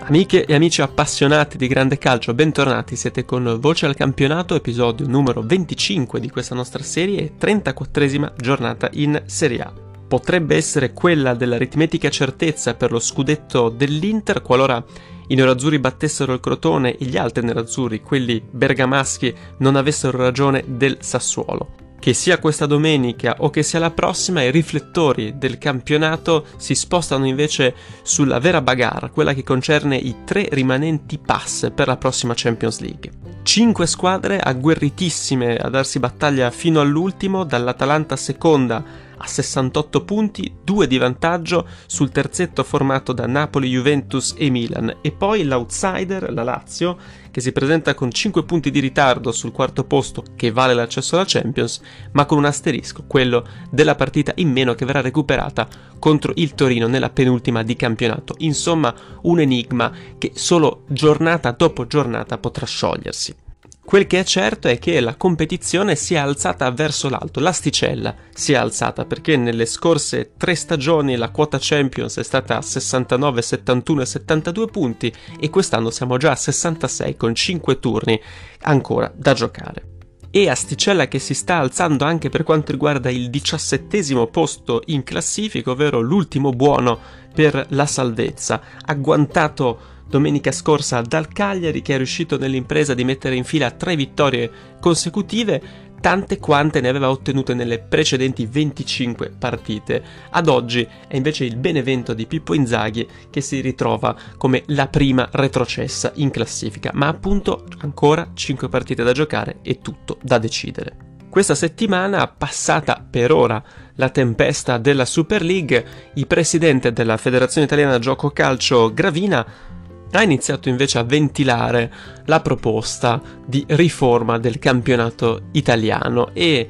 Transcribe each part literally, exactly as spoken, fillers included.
Amiche e amici appassionati di grande calcio, bentornati, siete con Voce al Campionato, episodio numero venticinque di questa nostra serie e trentaquattresima giornata in Serie A. Potrebbe essere quella dell'aritmetica certezza per lo scudetto dell'Inter qualora i nerazzurri battessero il Crotone e gli altri nerazzurri, quelli bergamaschi, non avessero ragione del Sassuolo. Che sia questa domenica o che sia la prossima, i riflettori del campionato si spostano invece sulla vera bagarre, quella che concerne i tre rimanenti pass per la prossima Champions League. Cinque squadre agguerritissime a darsi battaglia fino all'ultimo, dall'Atalanta seconda a sessantotto punti, due di vantaggio sul terzetto formato da Napoli, Juventus e Milan, e poi l'outsider, la Lazio, che si presenta con cinque punti di ritardo sul quarto posto che vale l'accesso alla Champions, ma con un asterisco, quello della partita in meno che verrà recuperata contro il Torino nella penultima di campionato. Insomma, un enigma che solo giornata dopo giornata potrà sciogliersi. Quel che è certo è che la competizione si è alzata verso l'alto, l'asticella si è alzata, perché nelle scorse tre stagioni la quota Champions è stata a sessantanove, settantuno e settantadue punti e quest'anno siamo già a sessantasei con cinque turni ancora da giocare. E asticella che si sta alzando anche per quanto riguarda il diciassettesimo posto in classifica, ovvero l'ultimo buono per la salvezza, agguantato domenica scorsa dal Cagliari, che è riuscito nell'impresa di mettere in fila tre vittorie consecutive, tante quante ne aveva ottenute nelle precedenti venticinque partite. Ad oggi è invece il Benevento di Pippo Inzaghi che si ritrova come la prima retrocessa in classifica, ma appunto ancora cinque partite da giocare e tutto da decidere. Questa settimana, passata per ora la tempesta della Super League, il presidente della Federazione Italiana Gioco Calcio, Gravina, ha iniziato invece a ventilare la proposta di riforma del campionato italiano e,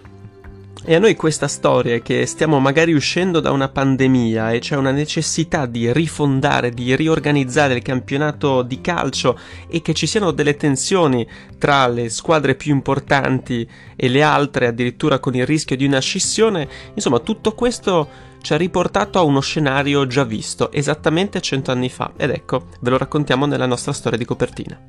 e a noi questa storia è che stiamo magari uscendo da una pandemia e c'è una necessità di rifondare, di riorganizzare il campionato di calcio e che ci siano delle tensioni tra le squadre più importanti e le altre, addirittura con il rischio di una scissione. Insomma, tutto questo ci ha riportato a uno scenario già visto esattamente cento anni fa, ed ecco, ve lo raccontiamo nella nostra storia di copertina.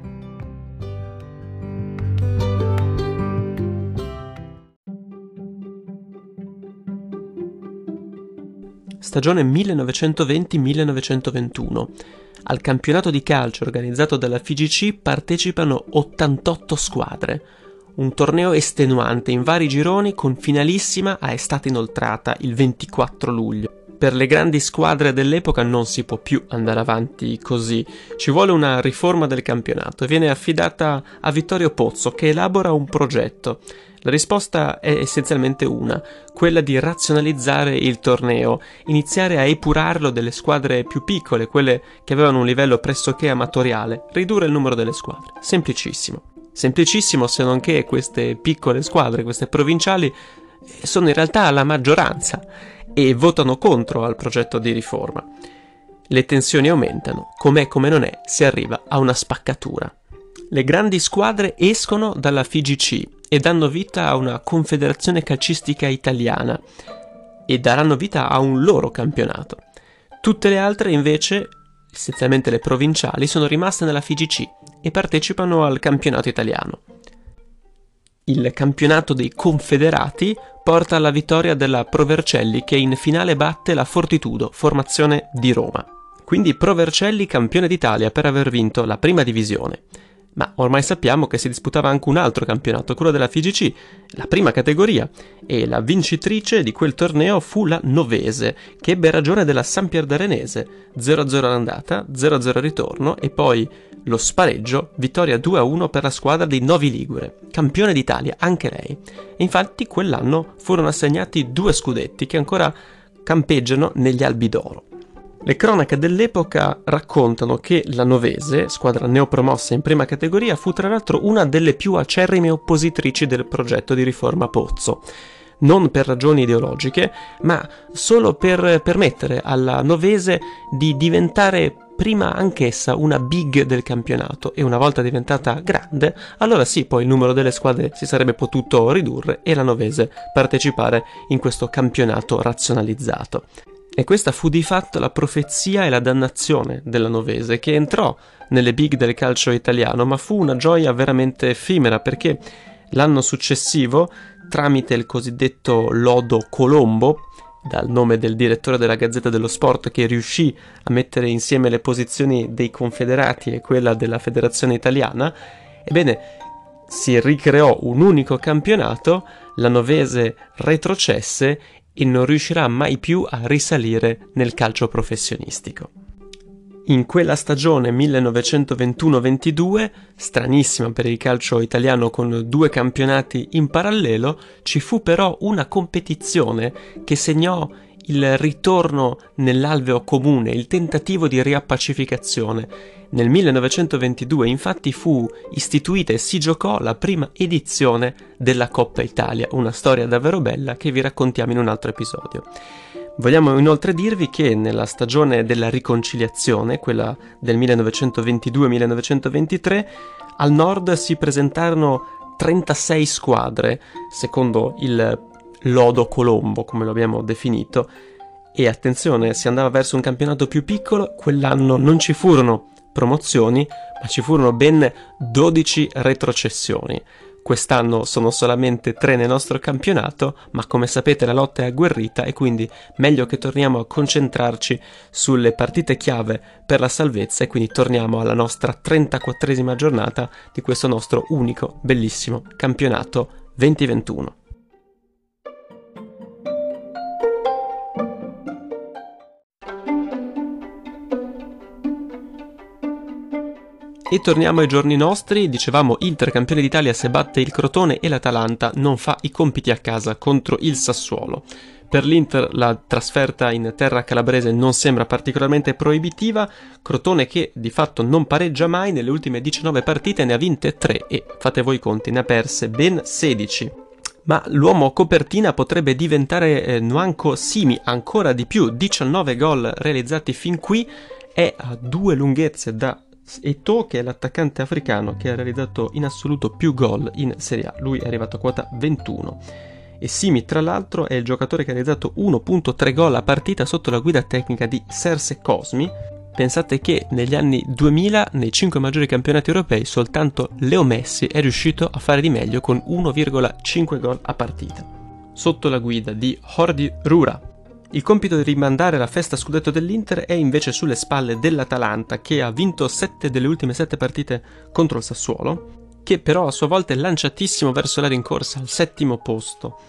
Stagione millenovecentoventi millenovecentoventuno. Al campionato di calcio organizzato dalla F I G C partecipano ottantotto squadre. Un torneo estenuante in vari gironi con finalissima a estate inoltrata il ventiquattro luglio. Per le grandi squadre dell'epoca non si può più andare avanti così, ci vuole una riforma del campionato e viene affidata a Vittorio Pozzo, che elabora un progetto. La risposta è essenzialmente una, quella di razionalizzare il torneo, iniziare a epurarlo delle squadre più piccole, quelle che avevano un livello pressoché amatoriale, ridurre il numero delle squadre. Semplicissimo. Semplicissimo, se non che queste piccole squadre, queste provinciali, sono in realtà la maggioranza e votano contro al progetto di riforma. Le tensioni aumentano, com'è come non è, si arriva a una spaccatura. Le grandi squadre escono dalla F I G C e danno vita a una confederazione calcistica italiana e daranno vita a un loro campionato. Tutte le altre invece, essenzialmente le provinciali, sono rimaste nella F I G C e partecipano al campionato italiano. Il campionato dei confederati porta alla vittoria della Pro Vercelli, che in finale batte la Fortitudo, formazione di Roma. Quindi Pro Vercelli campione d'Italia per aver vinto la prima divisione. Ma ormai sappiamo che si disputava anche un altro campionato, quello della F I G C, la prima categoria, e la vincitrice di quel torneo fu la Novese, che ebbe ragione della Sampierdarenese, zero a zero all'andata, zero a zero al ritorno, e poi lo spareggio, vittoria due a uno per la squadra di Novi Ligure, campione d'Italia anche lei. E infatti quell'anno furono assegnati due scudetti che ancora campeggiano negli albi d'oro. Le cronache dell'epoca raccontano che la Novese, squadra neopromossa in prima categoria, fu tra l'altro una delle più acerrime oppositrici del progetto di riforma Pozzo. Non per ragioni ideologiche, ma solo per permettere alla Novese di diventare prima anch'essa una big del campionato, e una volta diventata grande, allora sì, poi il numero delle squadre si sarebbe potuto ridurre e la Novese partecipare in questo campionato razionalizzato. E questa fu di fatto la profezia e la dannazione della Novese, che entrò nelle big del calcio italiano, ma fu una gioia veramente effimera, perché l'anno successivo, tramite il cosiddetto lodo Colombo, dal nome del direttore della Gazzetta dello Sport, che riuscì a mettere insieme le posizioni dei confederati e quella della federazione italiana, ebbene, si ricreò un unico campionato, la Novese retrocesse e non riuscirà mai più a risalire nel calcio professionistico. In quella stagione millenovecentoventuno ventidue, stranissima per il calcio italiano con due campionati in parallelo, ci fu però una competizione che segnò il ritorno nell'alveo comune, il tentativo di riappacificazione. Nel millenovecentoventidue infatti fu istituita e si giocò la prima edizione della Coppa Italia, una storia davvero bella che vi raccontiamo in un altro episodio. Vogliamo inoltre dirvi che nella stagione della riconciliazione, quella del millenovecentoventidue millenovecentoventitré, al nord si presentarono trentasei squadre, secondo il lodo Colombo, come lo abbiamo definito, e attenzione, si andava verso un campionato più piccolo. Quell'anno non ci furono promozioni, ma ci furono ben dodici retrocessioni. Quest'anno sono solamente tre nel nostro campionato, ma come sapete la lotta è agguerrita e quindi meglio che torniamo a concentrarci sulle partite chiave per la salvezza, e quindi torniamo alla nostra trentaquattresima giornata di questo nostro unico, bellissimo campionato venti ventuno. E torniamo ai giorni nostri. Dicevamo, Inter campione d'Italia se batte il Crotone e l'Atalanta non fa i compiti a casa contro il Sassuolo. Per l'Inter la trasferta in terra calabrese non sembra particolarmente proibitiva, Crotone che di fatto non pareggia mai, nelle ultime diciannove partite ne ha vinte tre e, fate voi i conti, ne ha perse ben sedici. Ma l'uomo copertina potrebbe diventare eh, Nwankwo Simi ancora di più, diciannove gol realizzati fin qui, è a due lunghezze da Eto'o, che è l'attaccante africano che ha realizzato in assoluto più gol in Serie A. Lui è arrivato a quota ventuno. E Simi, tra l'altro, è il giocatore che ha realizzato uno virgola tre gol a partita sotto la guida tecnica di Serse Cosmi. Pensate che negli anni duemila, nei cinque maggiori campionati europei, soltanto Leo Messi è riuscito a fare di meglio con uno virgola cinque gol a partita, sotto la guida di Jordi Rura. Il compito di rimandare la festa scudetto dell'Inter è invece sulle spalle dell'Atalanta, che ha vinto sette delle ultime sette partite contro il Sassuolo, che però a sua volta è lanciatissimo verso la rincorsa al settimo posto.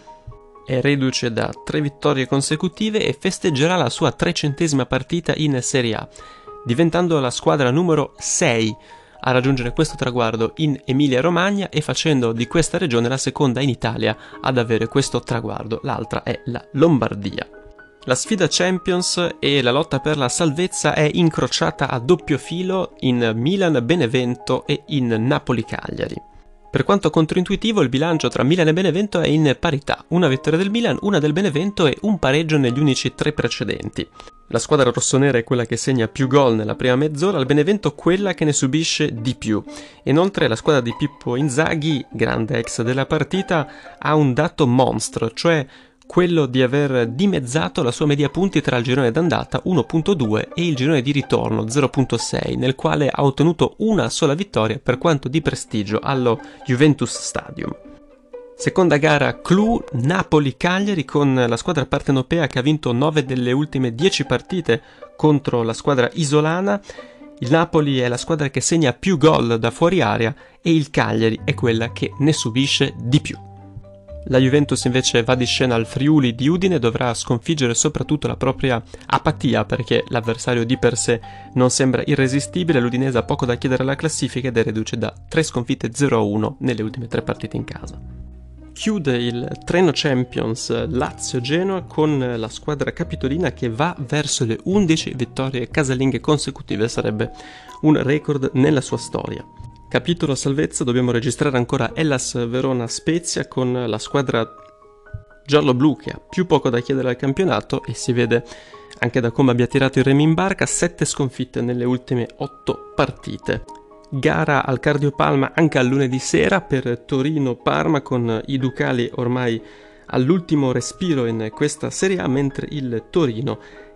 È reduce da tre vittorie consecutive e festeggerà la sua trecentesima partita in Serie A, diventando la squadra numero sei a raggiungere questo traguardo in Emilia-Romagna e facendo di questa regione la seconda in Italia ad avere questo traguardo. L'altra è la Lombardia. La sfida Champions e la lotta per la salvezza è incrociata a doppio filo in Milan-Benevento e in Napoli-Cagliari. Per quanto controintuitivo, il bilancio tra Milan e Benevento è in parità, una vittoria del Milan, una del Benevento e un pareggio negli unici tre precedenti. La squadra rossonera è quella che segna più gol nella prima mezz'ora, il Benevento quella che ne subisce di più. Inoltre la squadra di Pippo Inzaghi, grande ex della partita, ha un dato monstro, cioè quello di aver dimezzato la sua media punti tra il girone d'andata uno virgola due e il girone di ritorno zero virgola sei, nel quale ha ottenuto una sola vittoria per quanto di prestigio allo Juventus Stadium. Seconda gara clou, Napoli-Cagliari, con la squadra partenopea che ha vinto nove delle ultime dieci partite contro la squadra isolana. Il Napoli è la squadra che segna più gol da fuori area e il Cagliari è quella che ne subisce di più. La Juventus invece va di scena al Friuli di Udine, dovrà sconfiggere soprattutto la propria apatia perché l'avversario di per sé non sembra irresistibile. L'Udinese ha poco da chiedere alla classifica ed è reduce da tre sconfitte zero a uno nelle ultime tre partite in casa. Chiude il treno Champions Lazio-Genoa con la squadra capitolina che va verso le undici vittorie casalinghe consecutive, sarebbe un record nella sua storia. Capitolo salvezza, dobbiamo registrare ancora Hellas Verona Spezia con la squadra giallo-blu che ha più poco da chiedere al campionato e si vede anche da come abbia tirato i remi in barca, sette sconfitte nelle ultime otto partite. Gara al Cardiopalma anche al lunedì sera per Torino-Parma con i Ducali ormai all'ultimo respiro in questa Serie A, mentre il Torino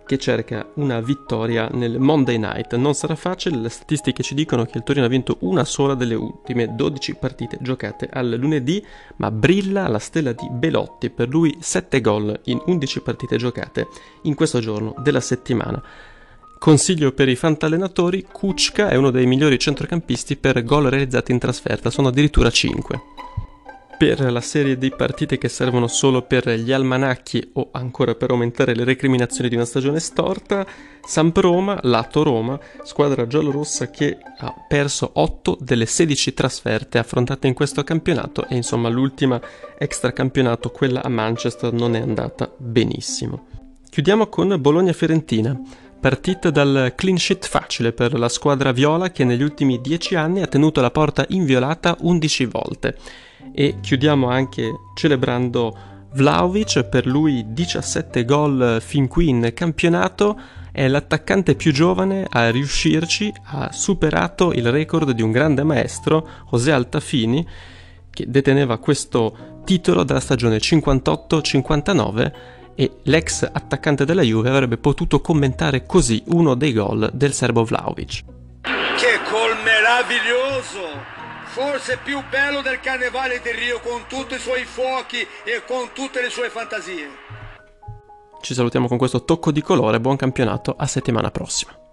che cerca una vittoria nel Monday Night. Non sarà facile, le statistiche ci dicono che il Torino ha vinto una sola delle ultime dodici partite giocate al lunedì, ma brilla la stella di Belotti, per lui sette gol in undici partite giocate in questo giorno della settimana. Consiglio per i fantallenatori: Kučka è uno dei migliori centrocampisti per gol realizzati in trasferta, sono addirittura cinque. Per la serie di partite che servono solo per gli almanacchi o ancora per aumentare le recriminazioni di una stagione storta, Samp-Roma, lato Roma, squadra giallorossa che ha perso otto delle sedici trasferte affrontate in questo campionato e insomma l'ultima extracampionato, quella a Manchester, non è andata benissimo. Chiudiamo con Bologna-Fiorentina. Partita dal clean sheet facile per la squadra viola che negli ultimi dieci anni ha tenuto la porta inviolata undici volte. E chiudiamo anche celebrando Vlahovic, per lui diciassette gol fin qui in campionato, è l'attaccante più giovane a riuscirci, ha superato il record di un grande maestro, José Altafini, che deteneva questo titolo dalla stagione cinquantotto cinquantanove, e l'ex attaccante della Juve avrebbe potuto commentare così uno dei gol del serbo Vlahovic. Che gol meraviglioso! Forse più bello del Carnevale di Rio, con tutti i suoi fuochi e con tutte le sue fantasie. Ci salutiamo con questo tocco di colore, buon campionato, a settimana prossima.